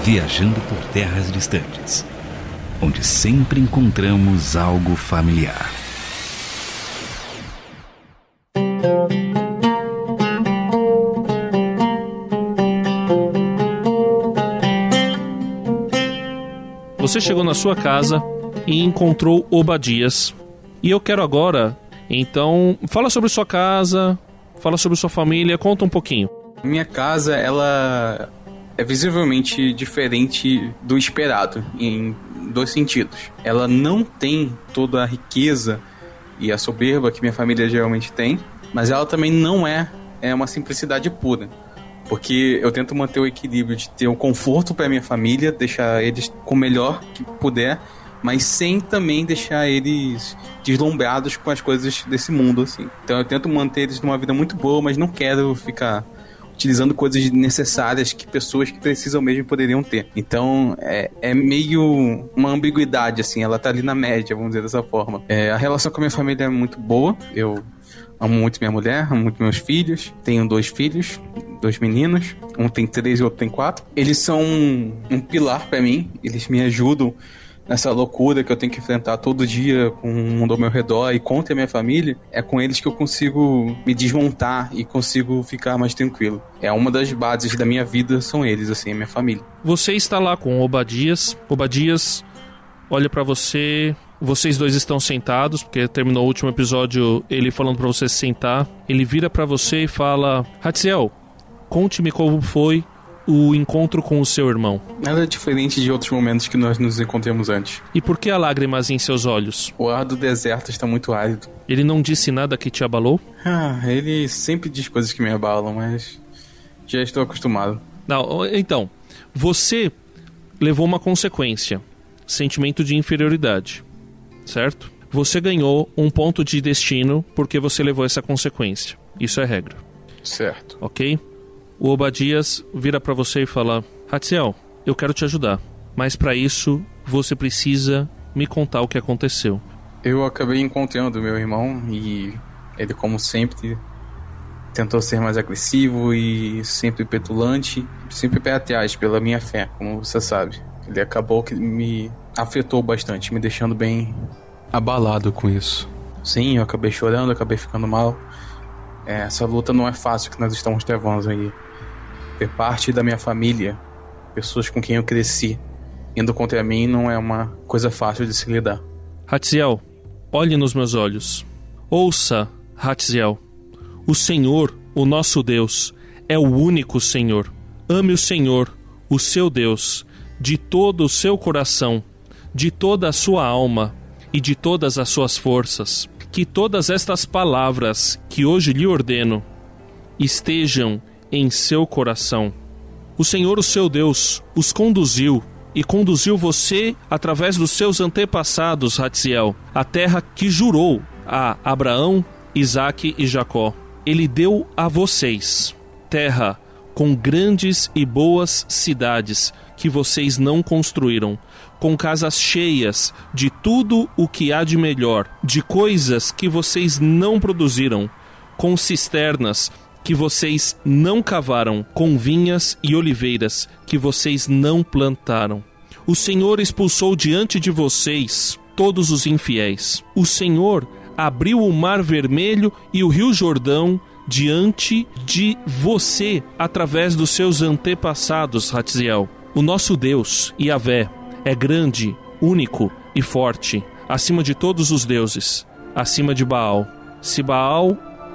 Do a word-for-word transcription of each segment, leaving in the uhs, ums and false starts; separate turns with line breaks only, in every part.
viajando por terras distantes, onde sempre encontramos algo familiar.
Você chegou na sua casa e encontrou Obadias. E eu quero agora, então, fala sobre sua casa, fala sobre sua família, conta um pouquinho.
Minha casa, ela é visivelmente diferente do esperado, em dois sentidos. Ela não tem toda a riqueza e a soberba que minha família geralmente tem, mas ela também não é, é uma simplicidade pura. Porque eu tento manter o equilíbrio de ter um conforto para minha família, deixar eles com o melhor que puder, mas sem também deixar eles deslumbrados com as coisas desse mundo, assim. Então eu tento manter eles numa vida muito boa, mas não quero ficar utilizando coisas necessárias que pessoas que precisam mesmo poderiam ter. Então é, é meio uma ambiguidade, assim, ela tá ali na média, vamos dizer dessa forma. É, a relação com a minha família é muito boa, eu amo muito minha mulher, amo muito meus filhos. Tenho dois filhos, dois meninos. Um tem três e o outro tem quatro. Eles são um, um pilar pra mim. Eles me ajudam nessa loucura que eu tenho que enfrentar todo dia com o mundo ao meu redor e contra a minha família. É com eles que eu consigo me desmontar e consigo ficar mais tranquilo. É uma das bases da minha vida, são eles, assim, a minha família.
Você está lá com Obadias. Obadias olha pra você... Vocês dois estão sentados, porque terminou o último episódio ele falando pra você se sentar. Ele vira pra você e fala: Hatziel, conte-me como foi o encontro com o seu irmão.
Nada diferente de outros momentos que nós nos encontramos antes.
E por que há lágrimas em seus olhos?
O ar do deserto está muito árido.
Ele não disse nada que te abalou?
Ah, ele sempre diz coisas que me abalam, mas já estou acostumado.
Não, então, você levou uma consequência. Sentimento de inferioridade. Certo? Você ganhou um ponto de destino porque você levou essa consequência. Isso é regra.
Certo.
Ok? O Obadias vira pra você e fala: Hatziel, eu quero te ajudar, mas pra isso você precisa me contar o que aconteceu.
Eu acabei encontrando meu irmão e ele, como sempre, tentou ser mais agressivo e sempre petulante, sempre pé atrás pela minha fé, como você sabe. Ele acabou que me afetou bastante, me deixando bem abalado com isso. Sim, eu acabei chorando, acabei ficando mal. É, essa luta não é fácil que nós estamos travando aí. Ter parte da minha família, pessoas com quem eu cresci, indo contra mim não é uma coisa fácil de se lidar.
Hatziel, olhe nos meus olhos. Ouça, Hatziel. O Senhor, o nosso Deus, é o único Senhor. Ame o Senhor, o seu Deus, de todo o seu coração, de toda a sua alma e de todas as suas forças. Que todas estas palavras que hoje lhe ordeno estejam em seu coração. O Senhor, o seu Deus, os conduziu e conduziu você através dos seus antepassados, Hatziel, a terra que jurou a Abraão, Isaque e Jacó. Ele deu a vocês terra com grandes e boas cidades que vocês não construíram, com casas cheias de tudo o que há de melhor, de coisas que vocês não produziram, com cisternas que vocês não cavaram, com vinhas e oliveiras que vocês não plantaram. O Senhor expulsou diante de vocês todos os infiéis. O Senhor abriu o Mar Vermelho e o Rio Jordão diante de você, através dos seus antepassados, Hatziel. O nosso Deus, Yahvé, é grande, único e forte, acima de todos os deuses, acima de Baal. Se Baal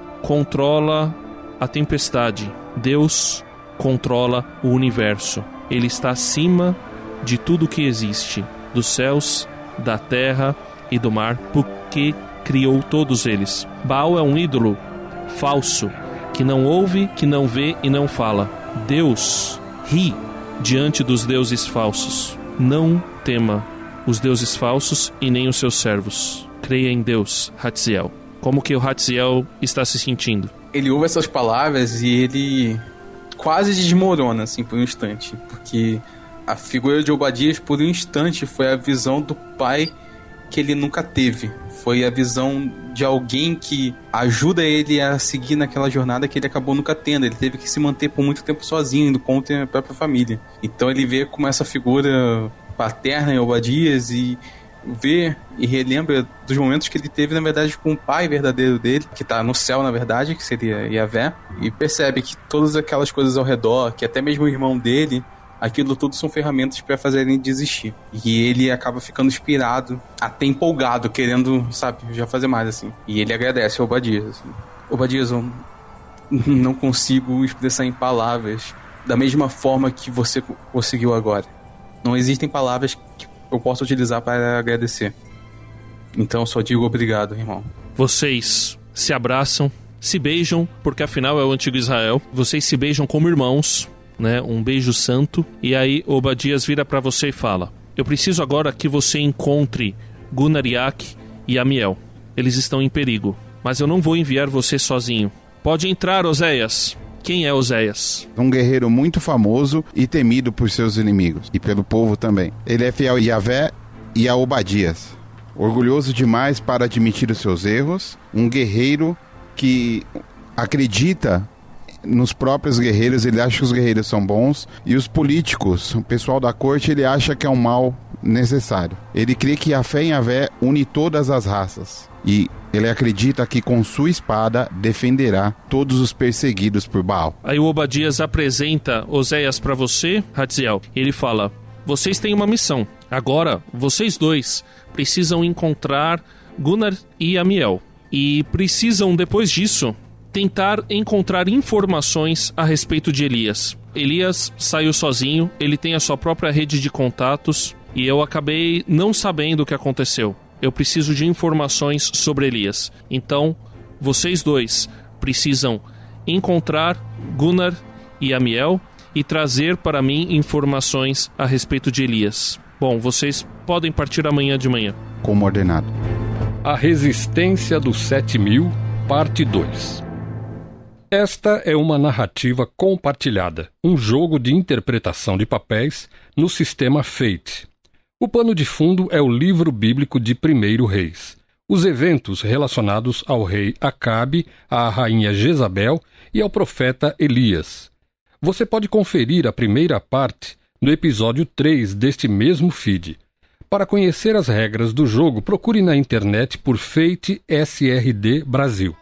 controla a tempestade, Deus controla o universo. Ele está acima de tudo que existe, dos céus, da terra e do mar, porque criou todos eles. Baal é um ídolo falso, que não ouve, que não vê e não fala. Deus ri diante dos deuses falsos. Não tema os deuses falsos e nem os seus servos. Creia em Deus, Hatziel. Como que o Hatziel está se sentindo?
Ele ouve essas palavras e ele quase desmorona, assim, por um instante. Porque a figura de Obadias, por um instante, foi a visão do pai que ele nunca teve. Foi a visão de alguém que ajuda ele a seguir naquela jornada que ele acabou nunca tendo. Ele teve que se manter por muito tempo sozinho, indo contra a própria família. Então ele vê como essa figura paterna em Obadias e vê e relembra dos momentos que ele teve, na verdade, com o pai verdadeiro dele, que tá no céu, na verdade, que seria Yahvé, e percebe que todas aquelas coisas ao redor, que até mesmo o irmão dele, aquilo tudo são ferramentas para fazerem desistir. E ele acaba ficando inspirado, até empolgado, querendo, sabe, já fazer mais, assim. E ele agradece ao Obadias, assim. Obadias, eu não consigo expressar em palavras da mesma forma que você conseguiu agora. Não existem palavras que eu possa utilizar para agradecer. Então eu só digo obrigado, irmão.
Vocês se abraçam, se beijam, porque afinal é o antigo Israel. Vocês se beijam como irmãos, né? Um beijo santo. E aí Obadias vira para você e fala: eu preciso agora que você encontre Gunariak e Amiel. Eles estão em perigo, mas eu não vou enviar você sozinho. Pode entrar, Oséias. Quem é Oséias?
Um guerreiro muito famoso e temido por seus inimigos e pelo povo também. Ele é fiel a Yahvé e a Obadias. Orgulhoso demais para admitir os seus erros. Um guerreiro que acredita nos próprios guerreiros, ele acha que os guerreiros são bons. E os políticos, o pessoal da corte, ele acha que é um mal necessário. Ele crê que a fé em Yahvé une todas as raças. E ele acredita que com sua espada defenderá todos os perseguidos por Baal.
Aí o Obadias apresenta Oséias para você, Hatziel. Ele fala: vocês têm uma missão. Agora, vocês dois precisam encontrar Gunnar e Amiel. E precisam, depois disso, tentar encontrar informações a respeito de Elias. Elias saiu sozinho, ele tem a sua própria rede de contatos e eu acabei não sabendo o que aconteceu. Eu preciso de informações sobre Elias. Então, vocês dois precisam encontrar Gunnar e Amiel e trazer para mim informações a respeito de Elias. Bom, vocês podem partir amanhã de manhã.
Como ordenado.
A Resistência dos Sete Mil, parte dois. Esta é uma narrativa compartilhada, um jogo de interpretação de papéis no sistema Fate. O pano de fundo é o livro bíblico de Primeiro Reis. Os eventos relacionados ao rei Acabe, à rainha Jezabel e ao profeta Elias. Você pode conferir a primeira parte no episódio três deste mesmo feed. Para conhecer as regras do jogo, procure na internet por Fate S R D Brasil.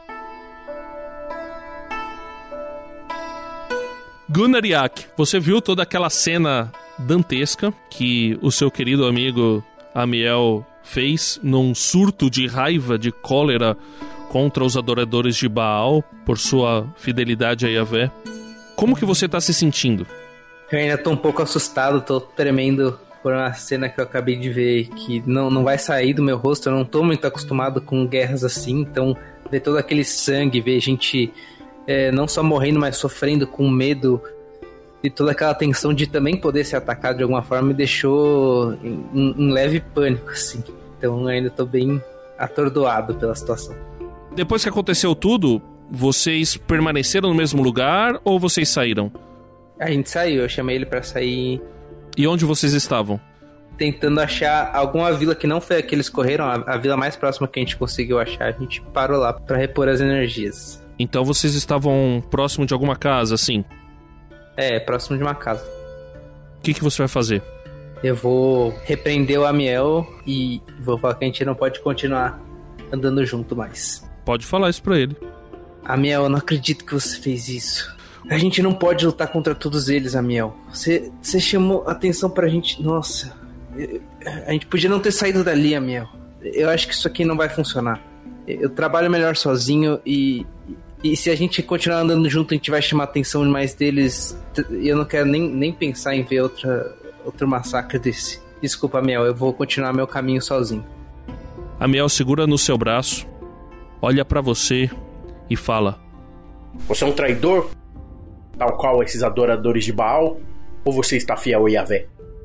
Gunariak, você viu toda aquela cena dantesca que o seu querido amigo Amiel fez num surto de raiva, de cólera contra os adoradores de Baal por sua fidelidade a Yahvé. Como que você está se sentindo?
Eu ainda tô um pouco assustado, tô tremendo por uma cena que eu acabei de ver que não, não vai sair do meu rosto. Eu não tô muito acostumado com guerras assim, então ver todo aquele sangue, ver gente é, não só morrendo, mas sofrendo com medo e toda aquela tensão de também poder ser atacado de alguma forma me deixou em, em leve pânico, assim. Então eu ainda tô bem atordoado pela situação.
Depois que aconteceu tudo, vocês permaneceram no mesmo lugar ou vocês saíram?
A gente saiu, eu chamei ele pra sair.
E onde vocês estavam?
Tentando achar alguma vila que não foi a que eles correram, a, a vila mais próxima que a gente conseguiu achar. A gente parou lá pra repor as energias.
Então vocês estavam próximo de alguma casa, assim?
É, próximo de uma casa.
O que, que você vai fazer?
Eu vou repreender o Amiel e vou falar que a gente não pode continuar andando junto mais.
Pode falar isso pra ele.
Amiel, eu não acredito que você fez isso. A gente não pode lutar contra todos eles, Amiel. Você, você chamou atenção pra gente. Nossa, a gente podia não ter saído dali, Amiel. Eu acho que isso aqui não vai funcionar. Eu trabalho melhor sozinho e... E se a gente continuar andando junto, a gente vai chamar a atenção demais deles. E eu não quero nem, nem pensar em ver outra, outro massacre desse. Desculpa, Amiel, eu vou continuar meu caminho sozinho.
Amiel segura no seu braço, olha pra você e fala:
você é um traidor? Tal qual esses adoradores de Baal? Ou você está fiel a Yahvé?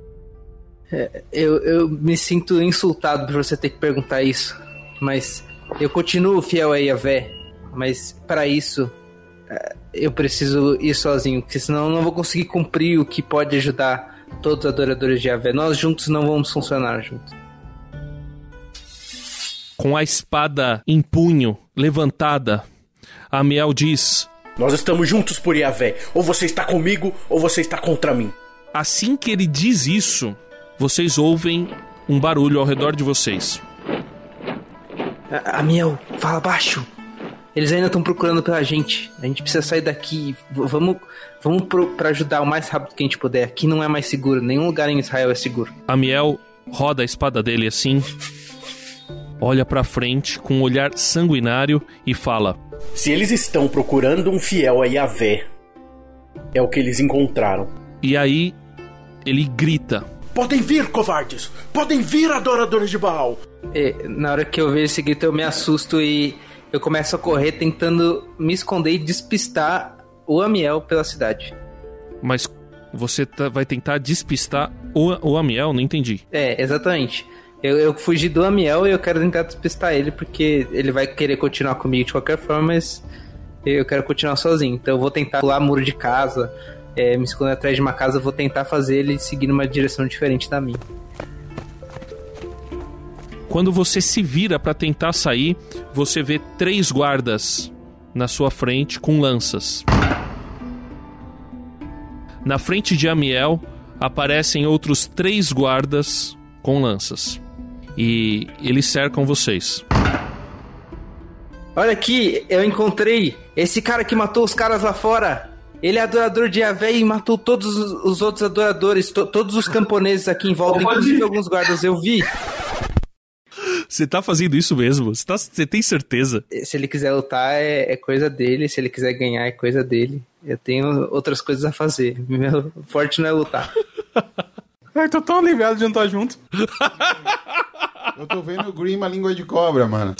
É, eu, eu me sinto insultado por você ter que perguntar isso. Mas eu continuo fiel a Yahvé. Mas para isso eu preciso ir sozinho, porque senão eu não vou conseguir cumprir o que pode ajudar todos os adoradores de Yahvé. Nós juntos não vamos funcionar juntos.
com a espada em punho, levantada, Amiel diz:
nós estamos juntos por Yahvé. Ou você está comigo, ou você está contra mim.
Assim que ele diz isso, vocês ouvem um barulho ao redor de vocês.
Amiel, fala baixo. Eles ainda estão procurando pela gente. A gente precisa sair daqui. V- vamos vamos pro, pra ajudar o mais rápido que a gente puder. Aqui não é mais seguro. Nenhum lugar em Israel é seguro.
Amiel roda a espada dele assim, olha pra frente com um olhar sanguinário e fala:
se eles estão procurando um fiel a Yahvé, é o que eles encontraram.
E aí ele grita:
podem vir, covardes! Podem vir, adoradores de Baal!
E, na hora que eu vejo esse grito, eu me assusto e eu começo a correr tentando me esconder e despistar o Amiel pela cidade.
Mas você tá, vai tentar despistar o, o Amiel? Não entendi.
É, exatamente. Eu, eu fugi do Amiel e eu quero tentar despistar ele, porque ele vai querer continuar comigo de qualquer forma, mas eu quero continuar sozinho. Então eu vou tentar pular muro de casa, é, me esconder atrás de uma casa, eu vou tentar fazer ele seguir numa direção diferente da minha.
Quando você se vira pra tentar sair, você vê três guardas na sua frente com lanças. Na frente de Amiel aparecem outros três guardas com lanças. E eles cercam vocês.
Olha aqui, eu encontrei esse cara que matou os caras lá fora. Ele é adorador de Yahvé e matou todos os outros adoradores, to- todos os camponeses aqui em volta, inclusive alguns guardas, eu vi.
Você tá fazendo isso mesmo? Você, tá, você tem certeza?
Se ele quiser lutar, é, é coisa dele. Se ele quiser ganhar, é coisa dele. Eu tenho outras coisas a fazer. Meu forte não é lutar.
Ai, tô tão aliviado de não estar junto.
Eu tô vendo o Green uma língua de cobra, mano.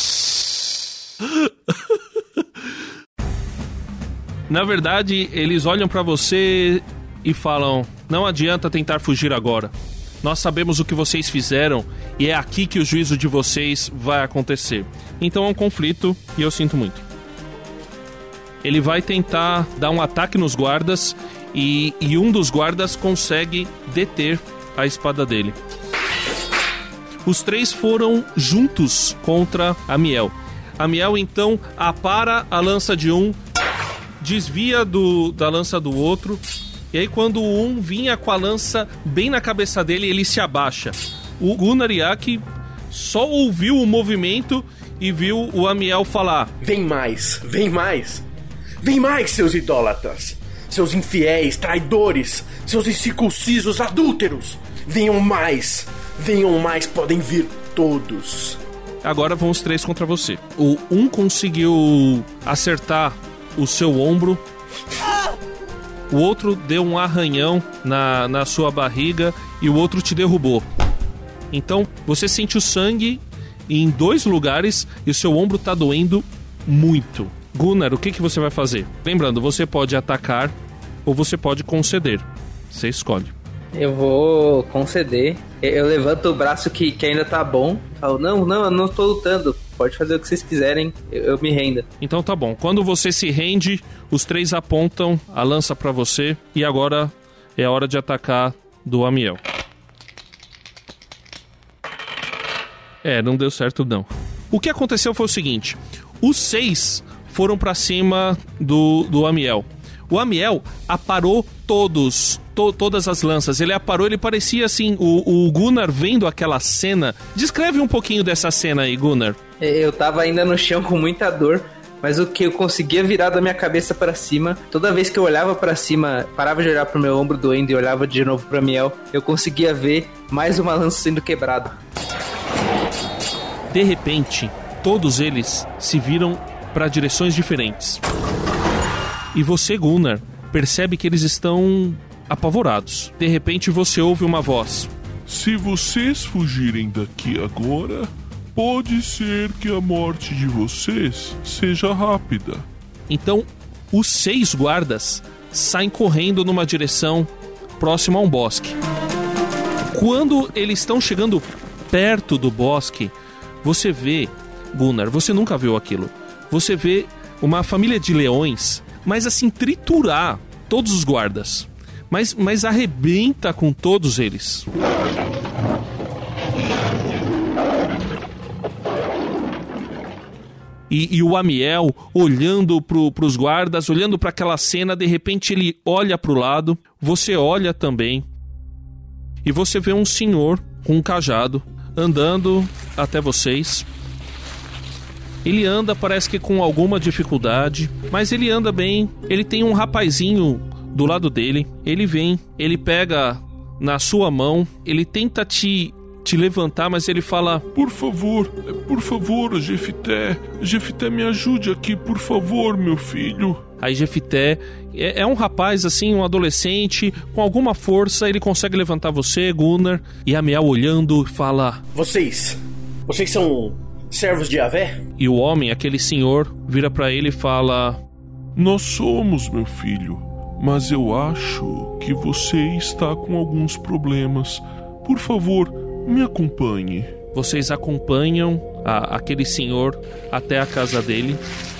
Na verdade, eles olham pra você e falam: não adianta tentar fugir agora. Nós sabemos o que vocês fizeram e é aqui que o juízo de vocês vai acontecer. Então é um conflito e eu sinto muito. Ele vai tentar dar um ataque nos guardas e, e um dos guardas consegue deter a espada dele. Os três foram juntos contra Amiel. Amiel então apara a lança de um, desvia do, da lança do outro. E aí quando um vinha com a lança bem na cabeça dele, ele se abaixa. O Gunnar Yaki só ouviu o movimento e viu o Amiel falar:
vem mais, vem mais. Vem mais, seus idólatras. Seus infiéis, traidores. Seus incircuncisos adúlteros. Venham mais. Venham mais, podem vir todos.
Agora vão os três contra você. O um conseguiu acertar o seu ombro. O outro deu um arranhão na, na sua barriga e o outro te derrubou. Então, você sente o sangue em dois lugares e o seu ombro tá doendo muito. Gunnar, o que, que você vai fazer? Lembrando, você pode atacar ou você pode conceder. Você escolhe.
Eu vou conceder. Eu levanto o braço que, que ainda tá bom. Falo: não, não, eu não tô lutando. Pode fazer o que vocês quiserem, eu, eu me rendo.
Então tá bom. Quando você se rende, os três apontam a lança pra você. E agora é a hora de atacar do Amiel. É, não deu certo não. O que aconteceu foi o seguinte: os seis foram pra cima do, do Amiel. O Amiel aparou todos, to, todas as lanças. Ele aparou, ele parecia assim, o, o Gunnar vendo aquela cena. Descreve um pouquinho dessa cena aí, Gunnar.
Eu tava ainda no chão com muita dor, mas o que eu conseguia virar da minha cabeça pra cima, toda vez que eu olhava pra cima, parava de olhar pro meu ombro doendo e olhava de novo pro Amiel, eu conseguia ver mais uma lança sendo quebrada.
De repente, todos eles se viram para direções diferentes. E você, Gunnar, percebe que eles estão apavorados. De repente você ouve uma voz:
se vocês fugirem daqui agora, pode ser que a morte de vocês seja rápida.
Então, os seis guardas saem correndo numa direção próxima a um bosque. Quando eles estão chegando perto do bosque, você vê, Gunnar, você nunca viu aquilo. Você vê uma família de leões, mas assim, triturar todos os guardas. Mas, mas arrebenta com todos eles. e, e o Amiel olhando pro, pros guardas, olhando para aquela cena, de repente ele olha pro lado, você olha também, e você vê um senhor com um cajado andando até vocês. Ele anda, parece que com alguma dificuldade, mas ele anda bem. Ele tem um rapazinho do lado dele, ele vem, ele pega na sua mão, ele tenta te... te levantar, mas ele fala:
Por favor, por favor, Jefité, Jefité, me ajude aqui, por favor, meu filho.
Aí Jefité é, é um rapaz assim, um adolescente, com alguma força, ele consegue levantar você, Gunnar, e Amiel olhando fala:
Vocês, vocês são servos de Yahvé?
E o homem, aquele senhor, vira pra ele e fala:
Nós somos, meu filho, mas eu acho que você está com alguns problemas. Por favor, me acompanhe.
Vocês acompanham a, aquele senhor até a casa dele.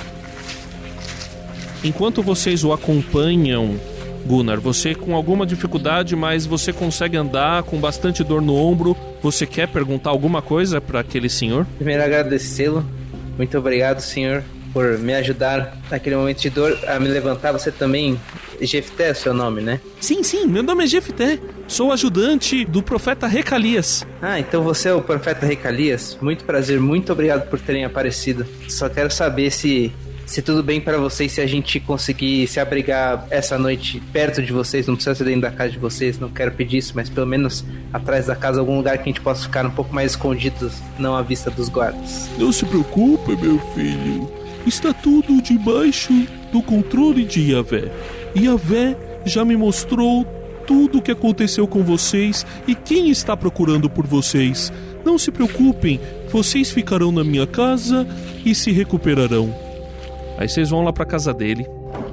Enquanto vocês o acompanham, Gunnar, você com alguma dificuldade, mas você consegue andar com bastante dor no ombro. Você quer perguntar alguma coisa para aquele senhor?
Primeiro agradecê-lo. Muito obrigado, senhor, por me ajudar naquele momento de dor a me levantar. Você também... Jefté é seu nome, né?
Sim, sim, meu nome é Jefté. Sou ajudante do profeta Recalias.
Ah, então você é o profeta Recalias? Muito prazer, muito obrigado por terem aparecido. Só quero saber se, se tudo bem pra vocês, se a gente conseguir se abrigar essa noite perto de vocês. Não precisa ser dentro da casa de vocês, não quero pedir isso, mas pelo menos atrás da casa, algum lugar que a gente possa ficar um pouco mais escondidos, não à vista dos guardas.
Não se preocupe, meu filho. Está tudo debaixo do controle de Yahvé. Yahvé já me mostrou tudo o que aconteceu com vocês e quem está procurando por vocês. Não se preocupem, vocês ficarão na minha casa e se recuperarão.
Aí vocês vão lá para a casa dele.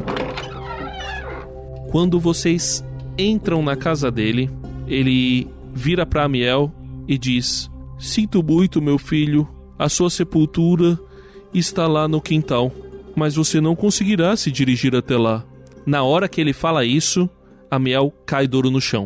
Quando vocês entram na casa dele, ele vira para Amiel e diz: Sinto muito, meu filho, a sua sepultura está lá no quintal, mas você não conseguirá se dirigir até lá. Na hora que ele fala isso, Amiel cai duro no chão.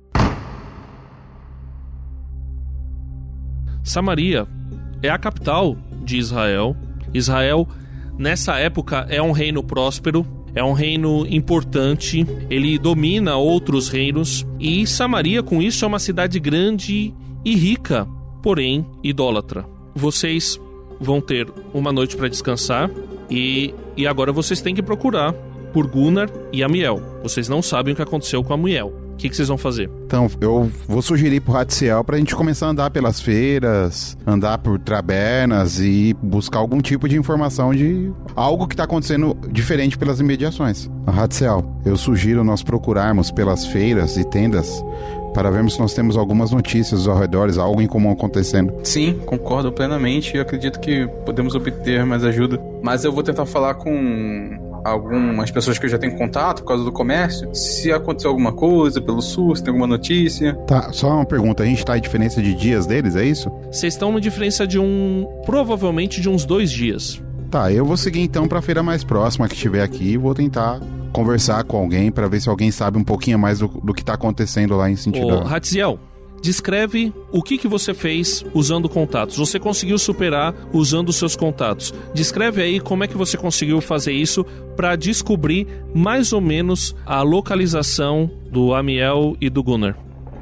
Samaria é a capital de Israel. Israel, nessa época, é um reino próspero, é um reino importante, ele domina outros reinos, e Samaria, com isso, é uma cidade grande e rica, porém idólatra. Vocês vão ter uma noite para descansar, e, e agora vocês têm que procurar por Gunnar e Amiel. Vocês não sabem o que aconteceu com Amiel. O que, que vocês vão fazer?
Então, eu vou sugerir pro Hatziel pra gente começar a andar pelas feiras, andar por tabernas e buscar algum tipo de informação de algo que tá acontecendo diferente pelas imediações. Hatziel, eu sugiro nós procurarmos pelas feiras e tendas para vermos se nós temos algumas notícias ao redor, algo em comum acontecendo.
Sim, concordo plenamente e acredito que podemos obter mais ajuda. Mas eu vou tentar falar com algumas pessoas que eu já tenho contato por causa do comércio, se aconteceu alguma coisa pelo sul, se tem alguma notícia.
Tá, só uma pergunta, a gente tá em diferença de dias deles, é isso?
Vocês estão uma diferença de um... provavelmente de uns dois dias.
Tá, eu vou seguir então pra feira mais próxima que estiver aqui e vou tentar conversar com alguém pra ver se alguém sabe um pouquinho mais do, do que tá acontecendo lá em sentido.
Ô, Hatziel, descreve o que, que você fez usando contatos. Você conseguiu superar usando os seus contatos. Descreve aí como é que você conseguiu fazer isso para descobrir mais ou menos a localização do Amiel e do Gunnar.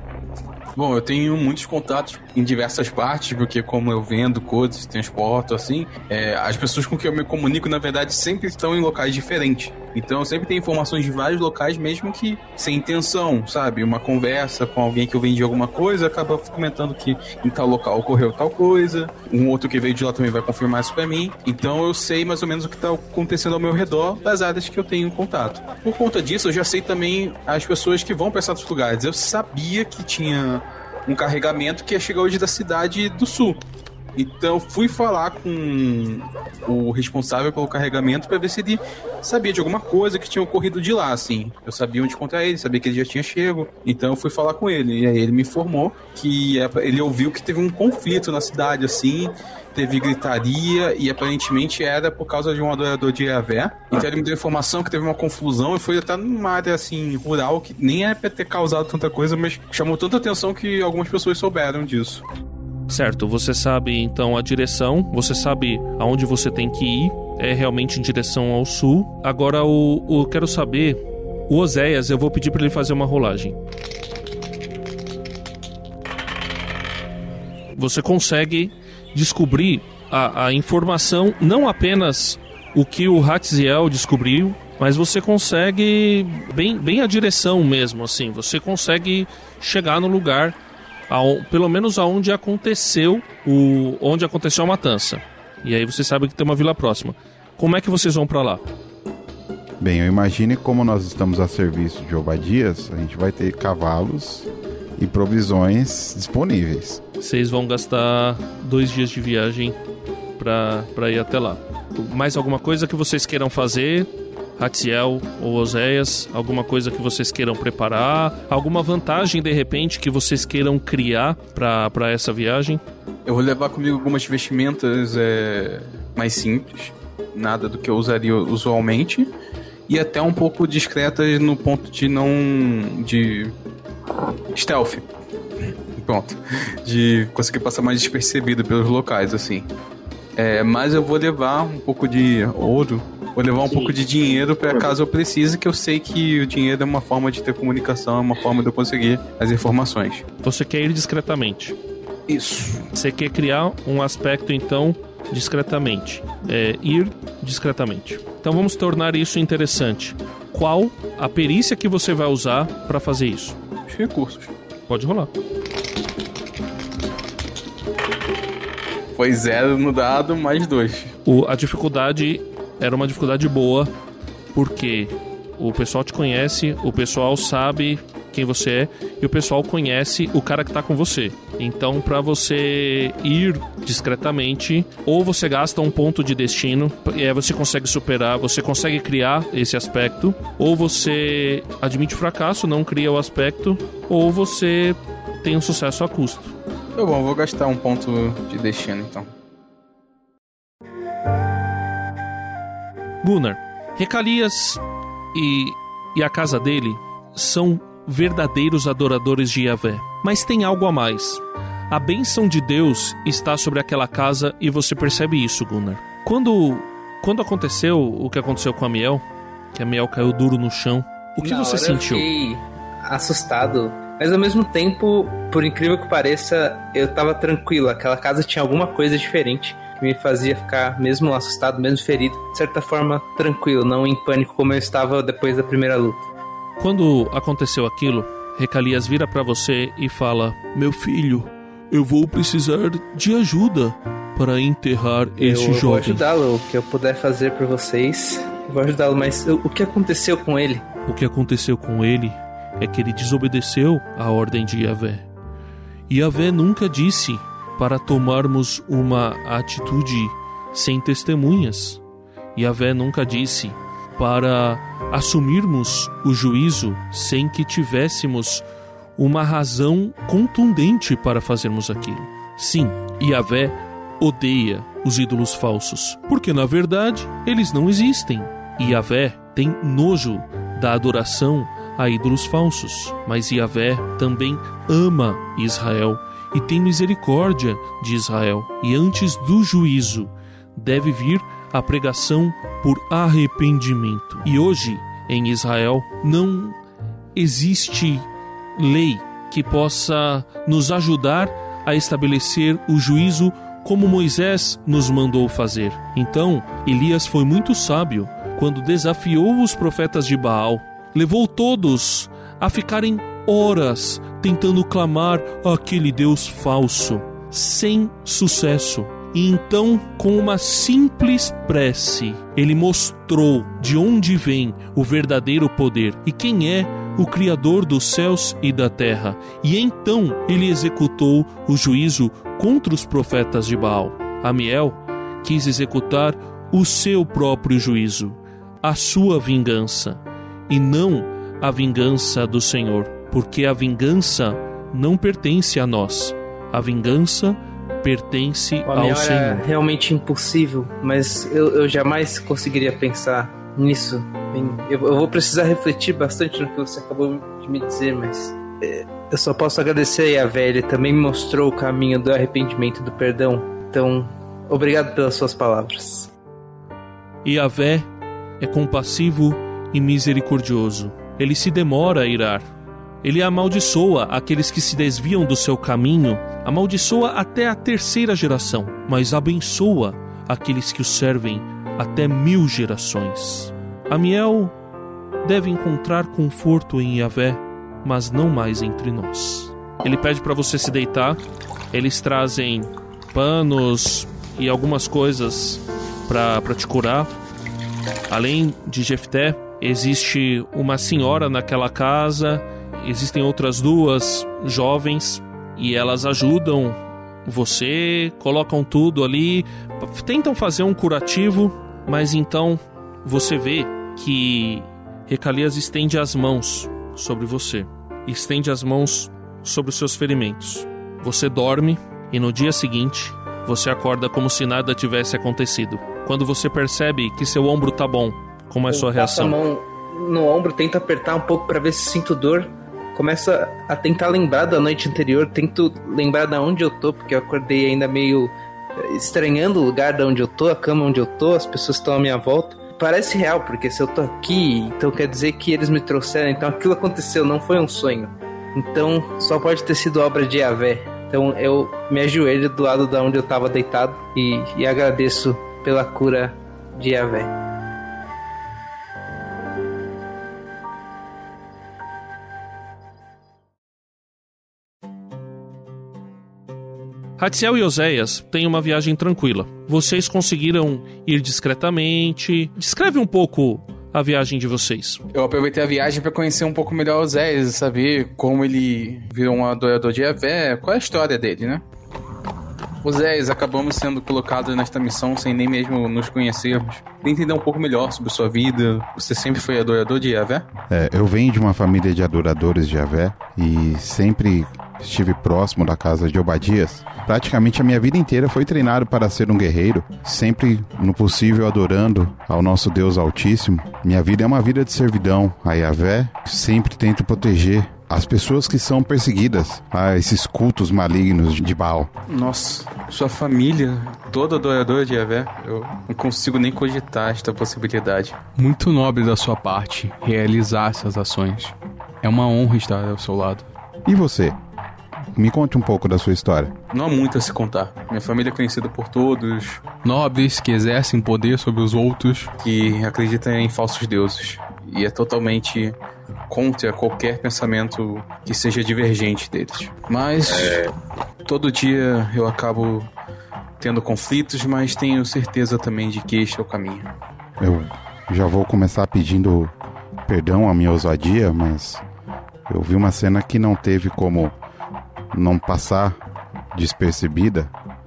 Bom, eu tenho muitos contatos em diversas partes, porque como eu vendo coisas, transporto, assim, é, as pessoas com quem eu me comunico, na verdade, sempre estão em locais diferentes. Então, eu sempre tenho informações de vários locais, mesmo que sem intenção, sabe? Uma conversa com alguém que eu vendi alguma coisa, acaba comentando que em tal local ocorreu tal coisa. Um outro que veio de lá também vai confirmar isso pra mim. Então, eu sei mais ou menos o que tá acontecendo ao meu redor das áreas que eu tenho contato. Por conta disso, eu já sei também as pessoas que vão para esses lugares. Eu sabia que tinha um carregamento que ia chegar hoje da cidade do sul. Então fui falar com o responsável pelo carregamento para ver se ele sabia de alguma coisa que tinha ocorrido de lá, assim. Eu sabia onde encontrar ele, sabia que ele já tinha chego. Então eu fui falar com ele. E aí ele me informou que ele ouviu que teve um conflito na cidade, assim. Teve gritaria e aparentemente era por causa de um adorador de Yahvé. Então ele me deu informação que teve uma confusão e foi até numa área assim rural que nem é pra ter causado tanta coisa, mas chamou tanta atenção que algumas pessoas souberam disso.
Certo, você sabe então a direção, você sabe aonde você tem que ir, é realmente em direção ao sul. Agora o, o eu quero saber, o Oséias, eu vou pedir para ele fazer uma rolagem. Você consegue descobrir a, a informação, não apenas o que o Hatziel descobriu, mas você consegue bem, bem a direção mesmo, assim, você consegue chegar no lugar, ao, pelo menos aonde aconteceu o, onde aconteceu a matança. E aí você sabe que tem uma vila próxima. Como é que vocês vão pra lá?
Bem, eu imagine como nós estamos a serviço de Obadias, a gente vai ter cavalos e provisões disponíveis.
Vocês vão gastar dois dias de viagem pra, pra ir até lá. Mais alguma coisa que vocês queiram fazer? Hatziel ou Oséias, alguma coisa que vocês queiram preparar? Alguma vantagem, de repente, que vocês queiram criar pra, pra essa viagem?
Eu vou levar comigo algumas vestimentas é, mais simples, nada do que eu usaria usualmente, e até um pouco discretas no ponto de não... de stealth. Pronto. De conseguir passar mais despercebido pelos locais, assim. É, mas eu vou levar um pouco de ouro, vou levar um Sim. pouco de dinheiro para caso eu precise, que eu sei que o dinheiro é uma forma de ter comunicação, é uma forma de eu conseguir as informações.
Você quer ir discretamente?
Isso.
Você quer criar um aspecto, então, discretamente. É, ir discretamente. Então vamos tornar isso interessante. Qual a perícia que você vai usar para fazer isso?
Os recursos.
Pode rolar.
Foi zero no dado, mais dois.
O, a dificuldade era uma dificuldade boa, porque o pessoal te conhece, o pessoal sabe quem você é, e o pessoal conhece o cara que tá com você. Então, pra você ir discretamente, ou você gasta um ponto de destino, e aí você consegue superar, você consegue criar esse aspecto, ou você admite o fracasso, não cria o aspecto, ou você tem um sucesso a custo.
Tá bom, vou gastar um ponto de destino, então.
Gunnar, Recalias e, e a casa dele são verdadeiros adoradores de Yahvé. Mas tem algo a mais. A bênção de Deus está sobre aquela casa e você percebe isso, Gunnar. Quando, quando aconteceu o que aconteceu com a Miel, que a Miel caiu duro no chão, o que
Na
você
hora
sentiu?
Eu fiquei assustado, mas ao mesmo tempo, por incrível que pareça, eu tava tranquilo. Aquela casa tinha alguma coisa diferente que me fazia ficar mesmo assustado, mesmo ferido, de certa forma tranquilo, não em pânico como eu estava depois da primeira luta.
Quando aconteceu aquilo, Recalias vira pra você e fala:
meu filho, eu vou precisar de ajuda para enterrar este
eu
jovem.
Eu vou ajudá-lo, o que eu puder fazer por vocês, eu vou ajudá-lo, mas o que aconteceu com ele?
O que aconteceu com ele é que ele desobedeceu à ordem de Yahvé. Yahvé nunca disse para tomarmos uma atitude sem testemunhas. Yahvé nunca disse para assumirmos o juízo sem que tivéssemos uma razão contundente para fazermos aquilo. Sim, Yahvé odeia os ídolos falsos, porque na verdade eles não existem. Yahvé tem nojo da adoração a ídolos falsos, mas Yahvé também ama Israel e tem misericórdia de Israel. E antes do juízo deve vir a pregação por arrependimento. E hoje, em Israel, não existe lei que possa nos ajudar a estabelecer o juízo como Moisés nos mandou fazer. Então, Elias foi muito sábio quando desafiou os profetas de Baal. Levou todos a ficarem horas tentando clamar àquele Deus falso, sem sucesso. E então, com uma simples prece, ele mostrou de onde vem o verdadeiro poder e quem é o Criador dos céus e da terra. E então ele executou o juízo contra os profetas de Baal. Amiel quis executar o seu próprio juízo, a sua vingança, e não a vingança do Senhor, porque a vingança não pertence a nós. A vingança pertence ao Senhor.
É realmente impossível, mas eu, eu jamais conseguiria pensar nisso. Eu, eu vou precisar refletir bastante no que você acabou de me dizer, mas eu só posso agradecer a Yahvé, ele também me mostrou o caminho do arrependimento e do perdão. Então, obrigado pelas suas palavras.
Yahvé é compassivo e misericordioso. Ele se demora a irar. Ele amaldiçoa aqueles que se desviam do seu caminho, amaldiçoa até a terceira geração, mas abençoa aqueles que o servem até mil gerações. Amiel deve encontrar conforto em Yahvé, mas não mais entre nós. Ele pede para você se deitar. Eles trazem panos e algumas coisas para te curar. Além de Jefté, existe uma senhora naquela casa, existem outras duas jovens e elas ajudam você, colocam tudo ali, tentam fazer um curativo, mas então você vê que Recalias estende as mãos sobre você, estende as mãos sobre os seus ferimentos. Você dorme e no dia seguinte você acorda como se nada tivesse acontecido. Quando você percebe que seu ombro tá bom, como é a sua reação?
Passa a mão no ombro, tento apertar um pouco pra ver se sinto dor. Começo a tentar lembrar da noite anterior, tento lembrar de onde eu tô, porque eu acordei ainda meio estranhando o lugar de onde eu tô, a cama onde eu tô, as pessoas estão à minha volta. Parece real, porque se eu tô aqui, então quer dizer que eles me trouxeram, então aquilo aconteceu, não foi um sonho. Então só pode ter sido obra de Yahvé. Então eu me ajoelho do lado de onde eu tava deitado e, e agradeço pela cura de Yahvé.
Hatziel e Oséias têm uma viagem tranquila. Vocês conseguiram ir discretamente. Descreve um pouco a viagem de vocês.
Eu aproveitei a viagem para conhecer um pouco melhor Oséias, saber como ele virou um adorador de Yahvé, qual é a história dele, né? Oséias, acabamos sendo colocados nesta missão sem nem mesmo nos conhecermos. Queria entender um pouco melhor sobre sua vida. Você sempre foi adorador de Yahvé?
É, eu venho de uma família de adoradores de Yahvé e sempre estive próximo da casa de Obadias. Praticamente a minha vida inteira foi treinado para ser um guerreiro, sempre no possível adorando ao nosso Deus Altíssimo. Minha vida é uma vida de servidão a Yahvé, sempre tento proteger as pessoas que são perseguidas a esses cultos malignos de Baal.
Nossa, sua família, toda adoradora de Yahvé, eu não consigo nem cogitar esta possibilidade.
Muito nobre da sua parte realizar essas ações. É uma honra estar ao seu lado.
E você? Me conte um pouco da sua história.
Não há muito a se contar. Minha família é conhecida por todos.
Nobres que exercem poder sobre os outros.
Que acreditam em falsos deuses. E é totalmente contra qualquer pensamento que seja divergente deles. Mas é... todo dia eu acabo tendo conflitos, mas tenho certeza também de que este é o caminho.
Eu já vou começar pedindo perdão à minha ousadia, mas eu vi uma cena que não teve como não passar despercebida.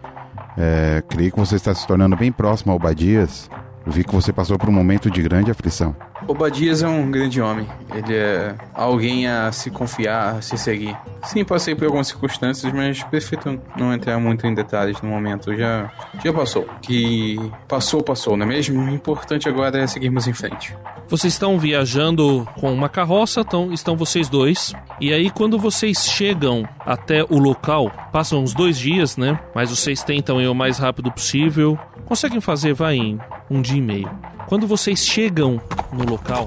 É, creio que você está se tornando bem próximo a Obadias. Eu vi que você passou por um momento de grande aflição.
Obadias é um grande homem. Ele é alguém a se confiar, a se seguir. Sim, passei por algumas circunstâncias, mas prefiro não entrar muito em detalhes no momento. Já, já passou. Que passou, passou, não é mesmo? O importante agora é seguirmos em frente.
Vocês estão viajando com uma carroça, então estão vocês dois. E aí, quando vocês chegam até o local, passam uns dois dias, né? Mas vocês tentam ir o mais rápido possível. Conseguem fazer, vai, em um dia e meio. Quando vocês chegam no local,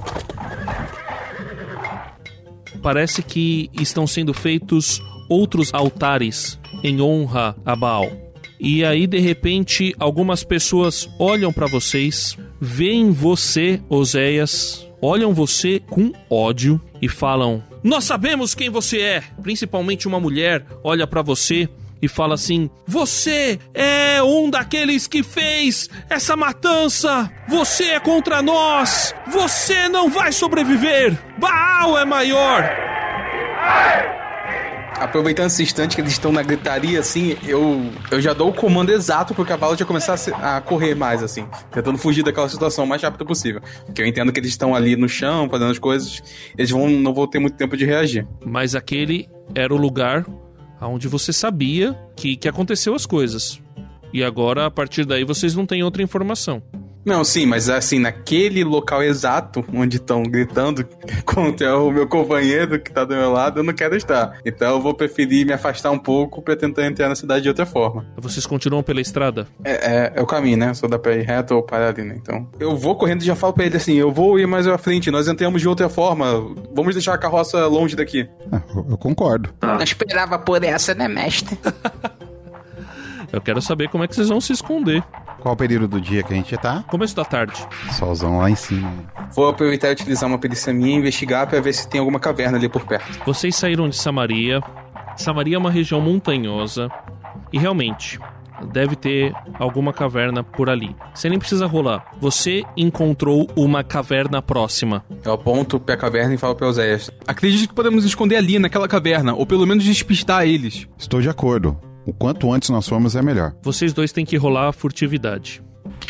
parece que estão sendo feitos outros altares em honra a Baal. E aí, de repente, algumas pessoas olham para vocês, veem você, Oséias, olham você com ódio e falam: "Nós sabemos quem você é!" Principalmente uma mulher olha para você e fala assim: "Você é um daqueles que fez essa matança! Você é contra nós! Você não vai sobreviver! Baal é maior!"
Aproveitando esse instante que eles estão na gritaria, assim, eu, eu já dou o comando exato pro cavalo já começar a, se, a correr mais, assim, tentando fugir daquela situação o mais rápido possível. Porque eu entendo que eles estão ali no chão, fazendo as coisas, eles vão, não vão ter muito tempo de reagir.
Mas aquele era o lugar onde você sabia que, que aconteceu as coisas. E agora, a partir daí, vocês não têm outra informação.
Não, sim, mas assim, naquele local exato onde estão gritando contra o meu companheiro que tá do meu lado, eu não quero estar. Então eu vou preferir me afastar um pouco pra tentar entrar na cidade de outra forma.
Vocês continuam pela estrada?
É, é, é o caminho, né? Só dá pra ir reto ou parar ali, né? Então, eu vou correndo e já falo pra ele assim, eu vou ir mais à frente, nós entramos de outra forma, vamos deixar a carroça longe daqui.
Ah, eu, eu concordo.
Não esperava por essa, né, mestre?
Eu quero saber como é que vocês vão se esconder.
Qual o período do dia que a gente tá?
Começo da tarde.
Solzão lá em cima.
Vou aproveitar e utilizar uma perícia minha e investigar pra ver se tem alguma caverna ali por perto.
Vocês saíram de Samaria. Samaria é uma região montanhosa. E realmente, deve ter alguma caverna por ali. Você nem precisa rolar. Você encontrou uma caverna próxima.
Eu aponto pra caverna e falo pra Oséias. Acredito que podemos esconder ali, naquela caverna, ou pelo menos despistar eles.
Estou de acordo. O quanto antes nós formos é melhor.
Vocês dois têm que rolar a furtividade.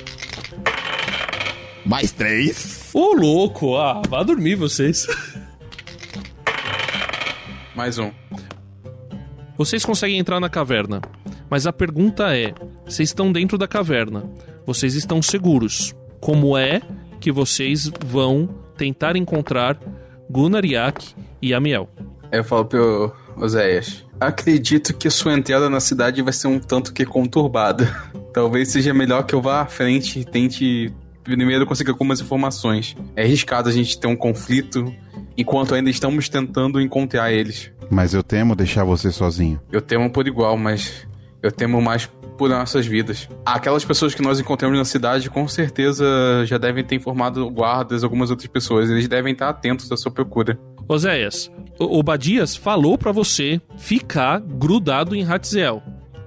Mais três.
Ô, louco! Ah, vá dormir vocês.
Mais um.
Vocês conseguem entrar na caverna. Mas a pergunta é, vocês estão dentro da caverna. Vocês estão seguros. Como é que vocês vão tentar encontrar Gunariak e Amiel?
Eu falo pro Oséias. Acredito que sua entrada na cidade vai ser um tanto que conturbada. Talvez seja melhor que eu vá à frente e tente primeiro conseguir algumas informações. É arriscado a gente ter um conflito enquanto ainda estamos tentando encontrar eles.
Mas eu temo deixar você sozinho.
Eu temo por igual, mas eu temo mais por nossas vidas. Aquelas pessoas que nós encontramos na cidade com certeza já devem ter informado guardas, algumas outras pessoas. Eles devem estar atentos à sua procura.
Oséias, o Badias falou pra você ficar grudado em Hatziel.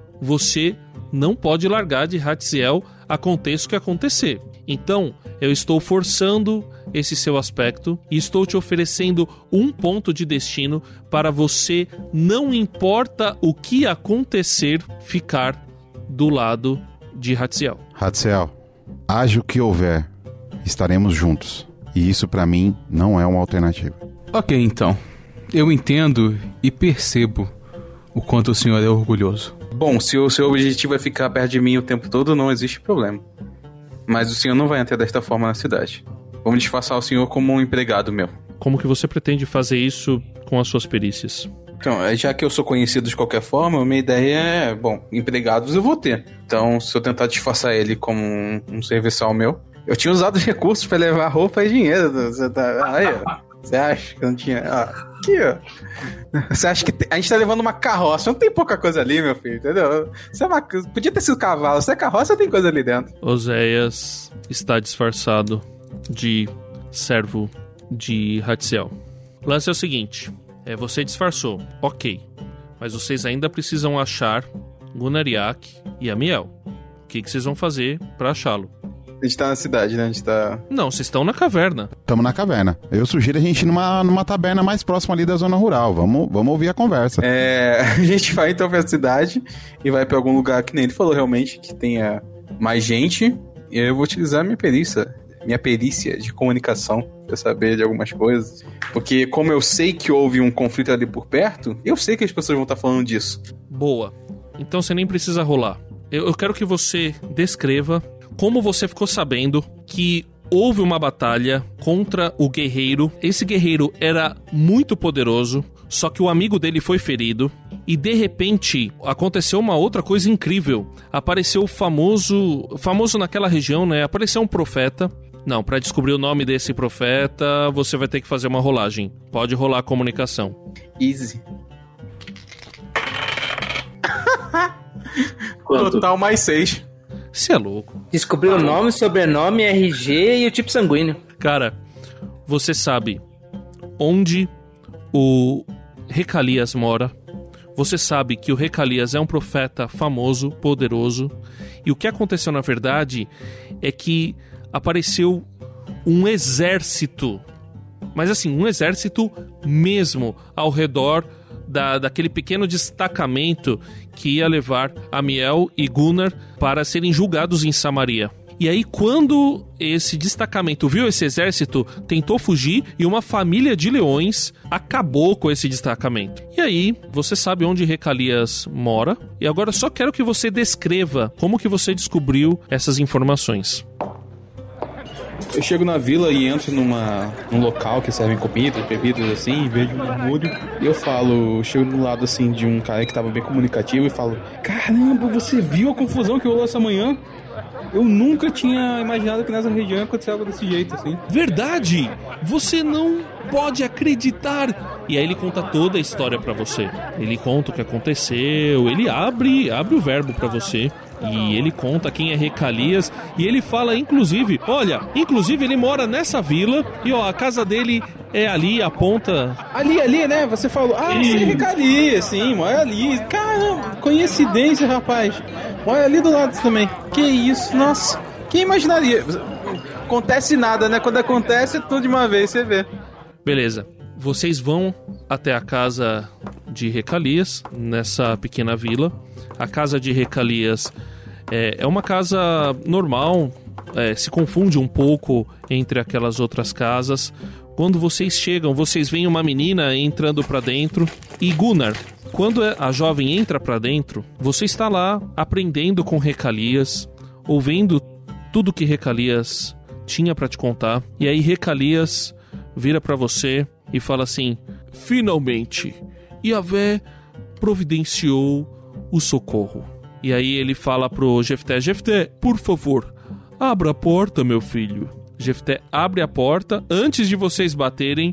Você não pode largar de Hatziel, aconteça o que acontecer. Então, eu estou forçando esse seu aspecto e estou te oferecendo um ponto de destino para você, não importa o que acontecer, ficar do lado de Hatziel.
Hatziel, haja o que houver, estaremos juntos. E isso pra mim não é uma alternativa.
Ok, então. Eu entendo e percebo o quanto o senhor é orgulhoso.
Bom, se o seu objetivo é ficar perto de mim o tempo todo, não existe problema. Mas o senhor não vai entrar desta forma na cidade. Vamos disfarçar o senhor como um empregado meu.
Como que você pretende fazer isso com as suas perícias?
Então, já que eu sou conhecido de qualquer forma, a minha ideia é, bom, empregados eu vou ter. Então, se eu tentar disfarçar ele como um, um serviçal meu, eu tinha usado os recursos pra levar roupa e dinheiro. Você tá... Aí, ó. Você acha que eu não tinha... Ah, aqui, ó. Você acha que a gente tá levando uma carroça? Não tem pouca coisa ali, meu filho, entendeu? Você é uma... Podia ter sido cavalo. Se é carroça, tem coisa ali dentro.
Oséias está disfarçado de servo de Hatziel. O lance é o seguinte. É, você disfarçou. Ok. Mas vocês ainda precisam achar Gunariak e Amiel. O que, que vocês vão fazer pra achá-lo?
A gente tá na cidade, né? A gente tá...
Não, vocês estão na caverna.
Estamos na caverna. Eu sugiro a gente ir numa, numa taberna mais próxima ali da zona rural. Vamos, vamos ouvir a conversa.
É... A gente vai então pra cidade e vai pra algum lugar que nem ele falou realmente, que tenha mais gente. E eu vou utilizar minha perícia, minha perícia de comunicação pra saber de algumas coisas. Porque como eu sei que houve um conflito ali por perto, eu sei que as pessoas vão estar falando disso.
Boa. Então você nem precisa rolar. Eu, eu quero que você descreva como você ficou sabendo que houve uma batalha contra o guerreiro. Esse guerreiro era muito poderoso, só que o amigo dele foi ferido. E de repente aconteceu uma outra coisa incrível. Apareceu o famoso, famoso naquela região, né? Apareceu um profeta. Não, pra descobrir o nome desse profeta, você vai ter que fazer uma rolagem. Pode rolar a comunicação.
Easy.
Total
mais seis.
Você é louco.
Descobriu o nome, sobrenome, R G e o tipo sanguíneo.
Cara, você sabe onde o Recalias mora. Você sabe que o Recalias é um profeta famoso, poderoso. E o que aconteceu na verdade é que apareceu um exército. Mas assim, um exército mesmo ao redor Da, daquele pequeno destacamento que ia levar Amiel e Gunnar para serem julgados em Samaria. E aí, quando esse destacamento viu esse exército, tentou fugir e uma família de leões acabou com esse destacamento. E aí, você sabe onde Recalias mora. E agora só quero que você descreva como que você descobriu essas informações.
Eu chego na vila e entro numa, num local que servem comidas, bebidas assim, vejo um murmúrio. E eu falo, eu chego do lado assim de um cara que tava bem comunicativo e falo: caramba, você viu a confusão que rolou essa manhã? Eu nunca tinha imaginado que nessa região acontecesse algo desse jeito, assim.
Verdade! Você não pode acreditar! E aí ele conta toda a história pra você. Ele conta o que aconteceu, ele abre, abre o verbo pra você. E ele conta quem é Recalias. E ele fala, inclusive, olha, inclusive ele mora nessa vila. E ó, a casa dele é ali, a ponta...
Ali, ali, né? Você falou, ah, você é Recalias, sim, mora ali. Caramba, coincidência, rapaz. Mora ali do lado também. Que isso, nossa. Quem imaginaria? Acontece nada, né? Quando acontece, é tudo de uma vez, você vê.
Beleza. Vocês vão até a casa de Recalias, nessa pequena vila. A casa de Recalias é, é uma casa normal, é, se confunde um pouco entre aquelas outras casas. Quando vocês chegam, vocês veem uma menina entrando pra dentro. E Gunnar, quando a jovem entra pra dentro, você está lá aprendendo com Recalias, ouvindo tudo que Recalias tinha pra te contar. E aí Recalias vira pra você e fala assim: finalmente, Yahvé providenciou o socorro. E aí ele fala pro Jefté: Jefté, por favor, abra a porta, meu filho. Jefté abre a porta antes de vocês baterem.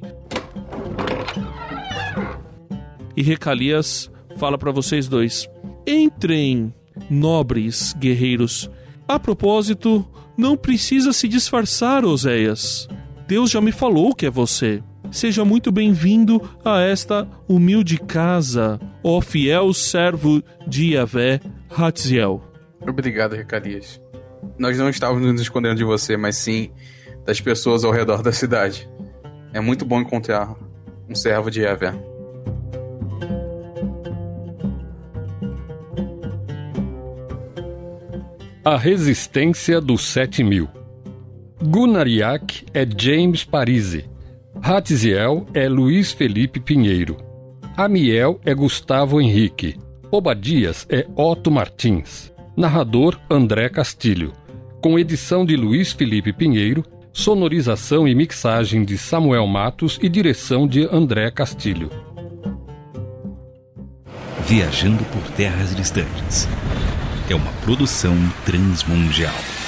E Recalias fala pra vocês dois: entrem, nobres guerreiros. A propósito, não precisa se disfarçar, Oséias. Deus já me falou que é você. Seja muito bem-vindo a esta humilde casa, ó fiel servo de Yahvé, Hatziel.
Obrigado, Recalias. Nós não estávamos nos escondendo de você, mas sim das pessoas ao redor da cidade. É muito bom encontrar um servo de Yahvé.
A resistência dos sete mil. Gunariak é James Parisi. Hatziel é Luiz Felipe Pinheiro. Amiel é Gustavo Henrique. Obadias é Otto Martins. Narrador André Castilho. Com edição de Luiz Felipe Pinheiro, sonorização e mixagem de Samuel Matos e direção de André Castilho.
Viajando por Terras Distantes. É uma produção transmundial.